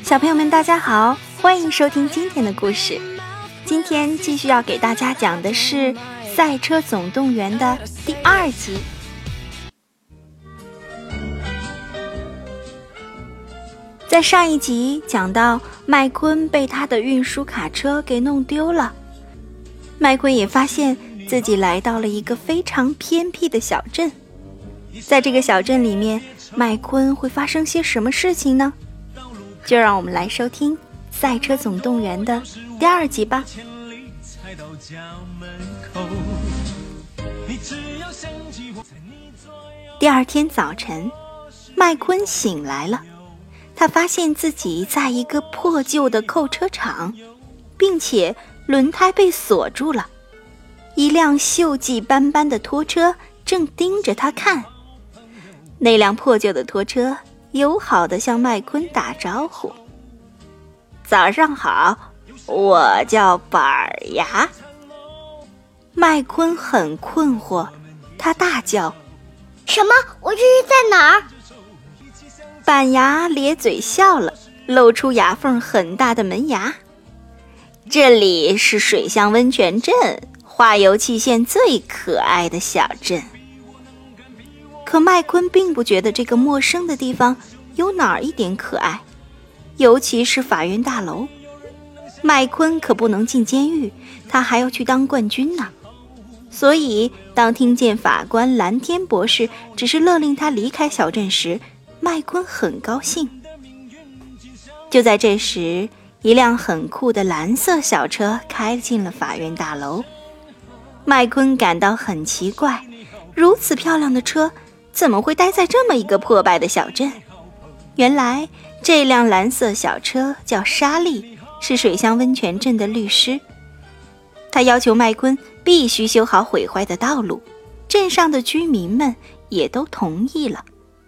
小朋友们大家好，欢迎收听今天的故事。今天继续要给大家讲的是《赛车总动员》的第2集。在上一集讲到麦昆被他的运输卡车给弄丢了，麦昆也发现自己来到了一个非常偏僻的小镇。在这个小镇里面，麦昆会发生些什么事情呢？就让我们来收听《赛车总动员》的第2集吧。第2天早晨，麦昆醒来了，他发现自己在一个破旧的扣车场，并且轮胎被锁住了。一辆锈迹斑斑的拖车正盯着他看。那辆破旧的拖车友好地向麦昆打招呼：早上好，我叫板牙。麦昆很困惑，他大叫： 什么？我这是在哪儿？ 板牙咧嘴笑了，露出牙缝很大的门牙。这里是水乡温泉镇，化油器县最可爱的小镇。可麦昆并不觉得这个陌生的地方有哪儿一点可爱，尤其是法院大楼。麦昆可不能进监狱，他还要去当冠军呢。所以当听见法官蓝天博士只是勒令他离开小镇时，麦昆很高兴。就在这时，一辆很酷的蓝色小车开进了法院大楼。麦昆感到很奇怪，如此漂亮的车怎么会待在这么一个破败的小镇？原来这辆蓝色小车叫莎莉，是水乡温泉镇的律师。他要求麦昆必须修好毁坏的道路，镇上的居民们也都同意了。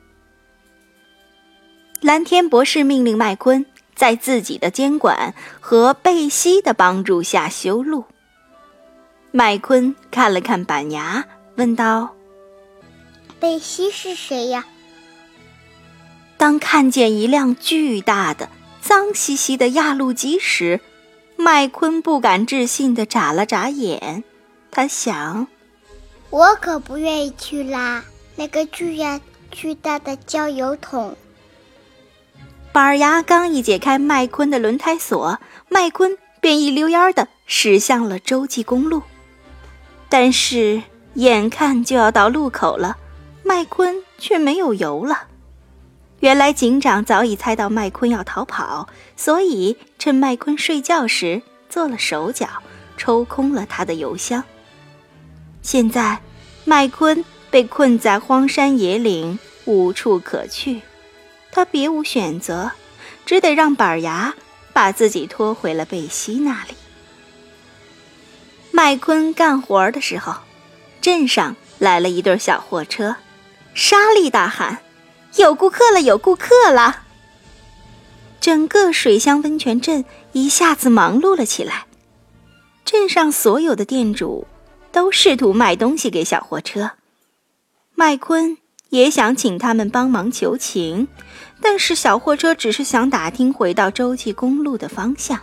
蓝天博士命令麦昆在自己的监管和贝西的帮助下修路。麦昆看了看板牙，问道： 贝西是谁呀？ 当看见一辆巨大的脏兮兮的压路机时，麦昆不敢置信地眨了眨眼。他想， 我可不愿意去拉那个巨大的焦油桶。 板牙刚一解开麦昆的轮胎锁，麦昆便一溜烟地驶向了洲际公路。但是眼看就要到路口了，麦昆却没有油了。原来警长早已猜到麦昆要逃跑，所以趁麦昆睡觉时做了手脚，抽空了他的油箱。现在麦昆被困在荒山野岭，无处可去，他别无选择，只得让板牙把自己拖回了贝西那里。麦昆干活的时候，镇上来了一对小货车，莎莉大喊：有顾客了，有顾客了！整个水乡温泉镇一下子忙碌了起来。镇上所有的店主都试图卖东西给小货车，麦昆也想请他们帮忙求情，但是小货车只是想打听回到洲际公路的方向。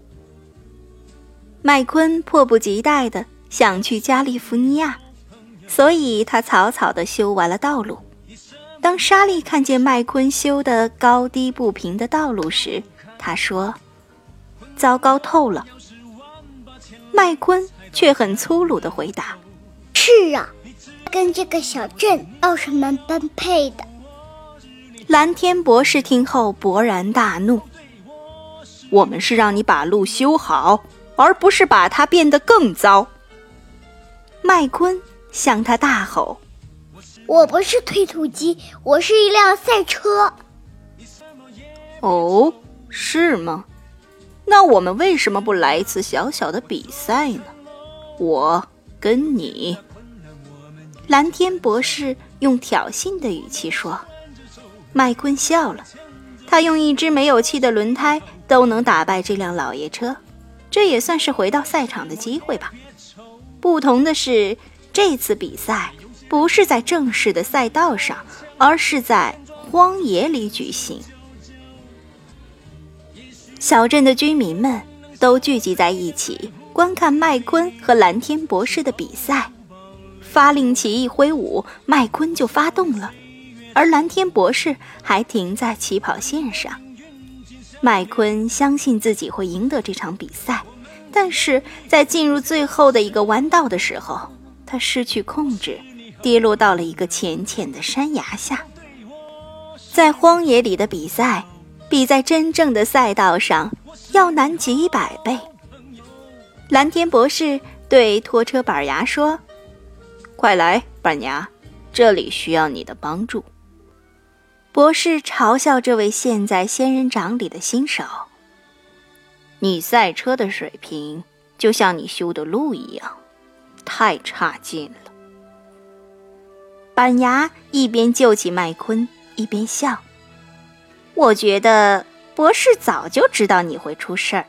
麦昆迫不及待地想去加利福尼亚，所以他草草地修完了道路。当莎莉看见麦昆修的高低不平的道路时，她说：糟糕透了。麦昆却很粗鲁地回答： 是啊，跟这个小镇倒是蛮般配的。 蓝天博士听后勃然大怒：我们是让你把路修好，而不是把它变得更糟。麦昆向他大吼： 我不是推土机，我是一辆赛车。 哦，是吗？那我们为什么不来一次小小的比赛呢？我跟你。蓝天博士用挑衅的语气说。麦昆笑了，他用一只没有气的轮胎都能打败这辆老爷车，这也算是回到赛场的机会吧。不同的是，这次比赛不是在正式的赛道上，而是在荒野里举行。 小镇的居民们都聚集在一起，观看麦昆和蓝天博士的比赛。发令旗一挥舞，麦昆就发动了，而蓝天博士还停在起跑线上。麦昆相信自己会赢得这场比赛，但是在进入最后的一个弯道的时候，他失去控制，跌落到了一个浅浅的山崖下。在荒野里的比赛比在真正的赛道上要难几百倍。蓝天博士对拖车板牙说：快来，板牙，这里需要你的帮助。博士嘲笑这位陷在仙人掌里的新手：你赛车的水平就像你修的路一样，太差劲了。板牙一边救起麦昆，一边笑：我觉得博士早就知道你会出事儿。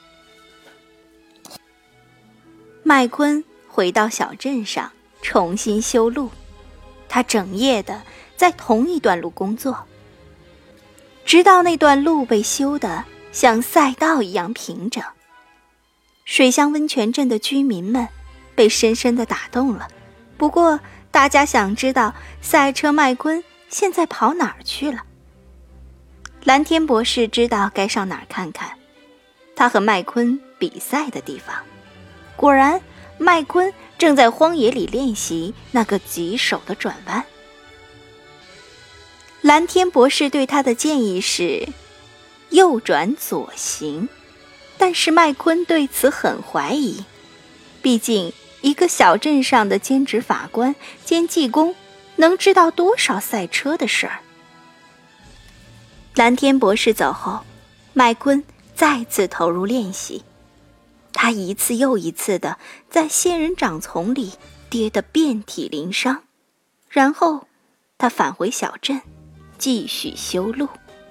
麦昆回到小镇上重新修路，他整夜的在同一段路工作，直到那段路被修得像赛道一样平整。水乡温泉镇的居民们被深深地打动了，不过大家想知道赛车麦昆现在跑哪儿去了。蓝天博士知道该上哪儿看看，他和麦昆比赛的地方。果然，麦昆正在荒野里练习那个棘手的转弯。蓝天博士对他的建议是右转左行，但是麦昆对此很怀疑，毕竟一个小镇上的兼职法官兼技工能知道多少赛车的事儿。蓝天博士走后，麦昆再次投入练习，他一次又一次地在仙人掌丛里跌得遍体鳞伤，然后他返回小镇继续修路。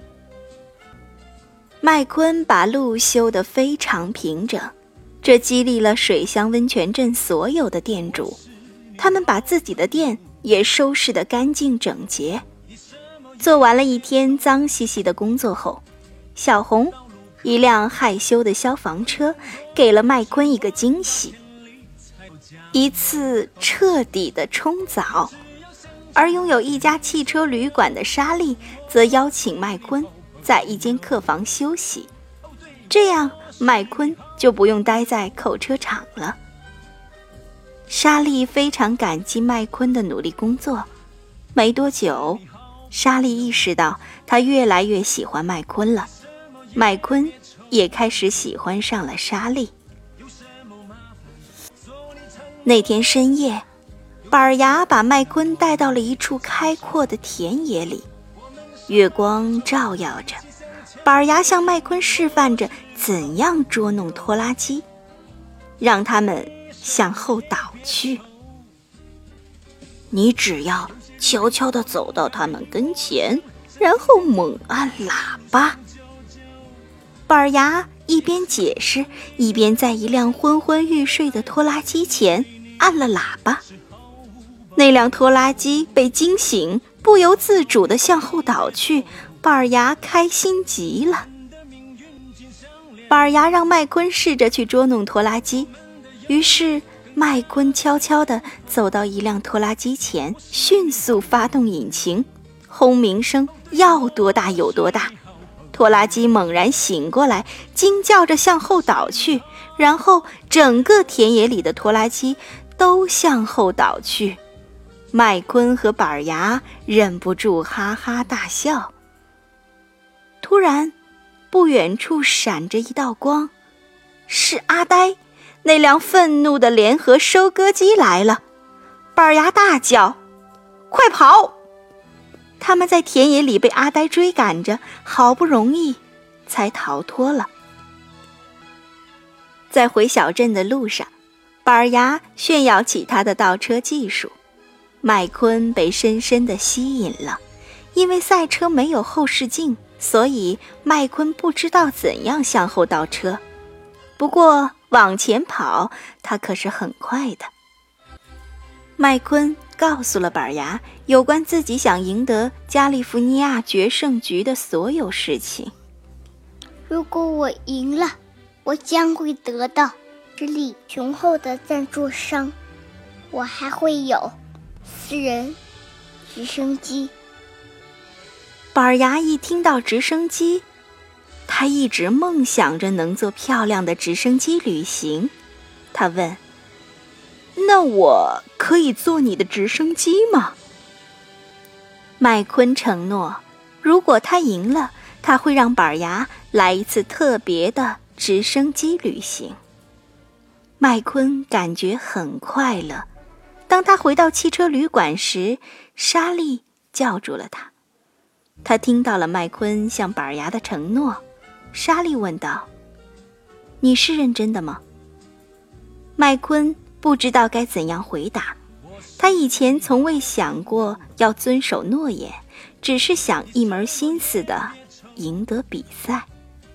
麦昆把路修得非常平整，这激励了水乡温泉镇所有的店主，他们把自己的店也收拾得干净整洁。做完了一天脏兮兮的工作后，小红，一辆害羞的消防车，给了麦昆一个惊喜，一次彻底的冲澡。而拥有一家汽车旅馆的莎莉则邀请麦昆在一间客房休息，这样麦昆就不用待在扣车场了。莎莉非常感激麦昆的努力工作，没多久，莎莉意识到她越来越喜欢麦昆了，麦昆也开始喜欢上了莎莉。那天深夜，板牙把麦昆带到了一处开阔的田野里，月光照耀着，板牙向麦昆示范着怎样捉弄拖拉机，让他们向后倒去。你只要悄悄地走到他们跟前，然后猛按喇叭。板牙一边解释，一边在一辆昏昏欲睡的拖拉机前按了喇叭。那辆拖拉机被惊醒，不由自主地向后倒去，板牙开心极了。板牙让麦昆试着去捉弄拖拉机，于是麦昆悄悄地走到一辆拖拉机前，迅速发动引擎，轰鸣声要多大有多大。拖拉机猛然醒过来，惊叫着向后倒去，然后整个田野里的拖拉机都向后倒去。麦昆和板牙忍不住哈哈大笑。突然，不远处闪着一道光，是阿呆，那辆愤怒的联合收割机来了。板牙大叫：快跑！他们在田野里被阿呆追赶着，好不容易才逃脱了。在回小镇的路上，板牙炫耀起他的倒车技术，麦昆被深深地吸引了。因为赛车没有后视镜，所以麦昆不知道怎样向后倒车，不过往前跑他可是很快的。麦昆告诉了板牙有关自己想赢得加利福尼亚决胜局的所有事情。 如果我赢了，我将会得到实力雄厚的赞助商，我还会有私人直升机。 板牙一听到直升机，他一直梦想着能坐漂亮的直升机旅行。他问：那我可以坐你的直升机吗？麦昆承诺，如果他赢了，他会让板牙来一次特别的直升机旅行。麦昆感觉很快乐。当他回到汽车旅馆时，莎莉叫住了他。他听到了麦昆向板牙的承诺。莎莉问道：你是认真的吗？麦昆不知道该怎样回答。他以前从未想过要遵守诺言，只是想一门心思地赢得比赛。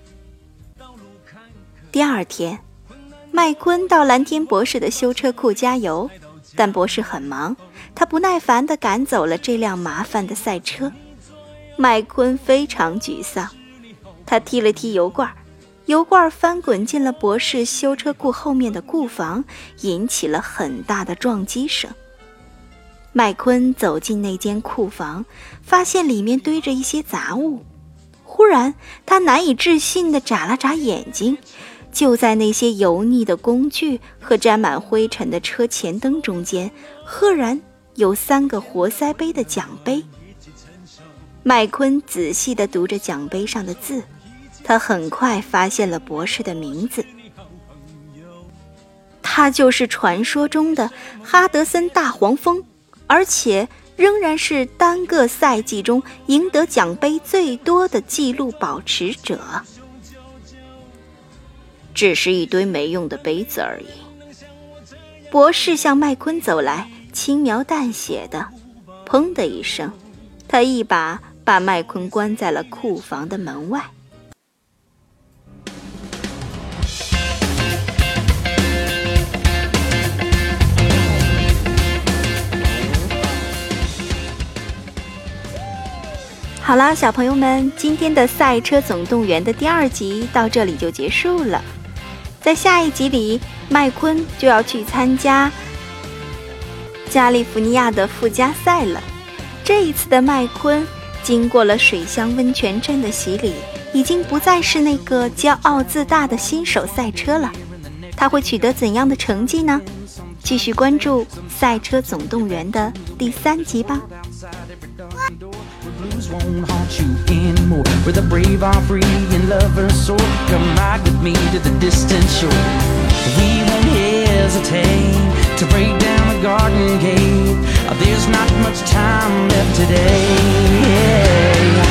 第二天，麦昆到蓝天博士的修车库加油，但博士很忙，他不耐烦地赶走了这辆麻烦的赛车。麦昆非常沮丧，他踢了踢油罐，油罐翻滚进了博士修车库后面的库房，引起了很大的撞击声。麦昆走进那间库房，发现里面堆着一些杂物。忽然，他难以置信地眨了眨眼睛，就在那些油腻的工具和沾满灰尘的车前灯中间，赫然有3个活塞杯的奖杯。麦昆仔细地读着奖杯上的字，他很快发现了博士的名字。他就是传说中的哈德森大黄蜂，而且仍然是单个赛季中赢得奖杯最多的纪录保持者。只是一堆没用的杯子而已。博士向麦昆走来，轻描淡写的，砰的一声，他一把把麦昆关在了库房的门外。好了，小朋友们，今天的《赛车总动员》的第2集到这里就结束了。在下一集里，麦昆就要去参加加利福尼亚的附加赛了。这一次的麦昆经过了水乡温泉镇的洗礼，已经不再是那个骄傲自大的新手赛车了。他会取得怎样的成绩呢？继续关注《赛车总动员》的第3集吧。 Blues won't haunt you anymore. Where the brave are free and lovers soar. Come ride with me to the distant shore. We won't hesitate to break down the garden gate. There's not much time left today.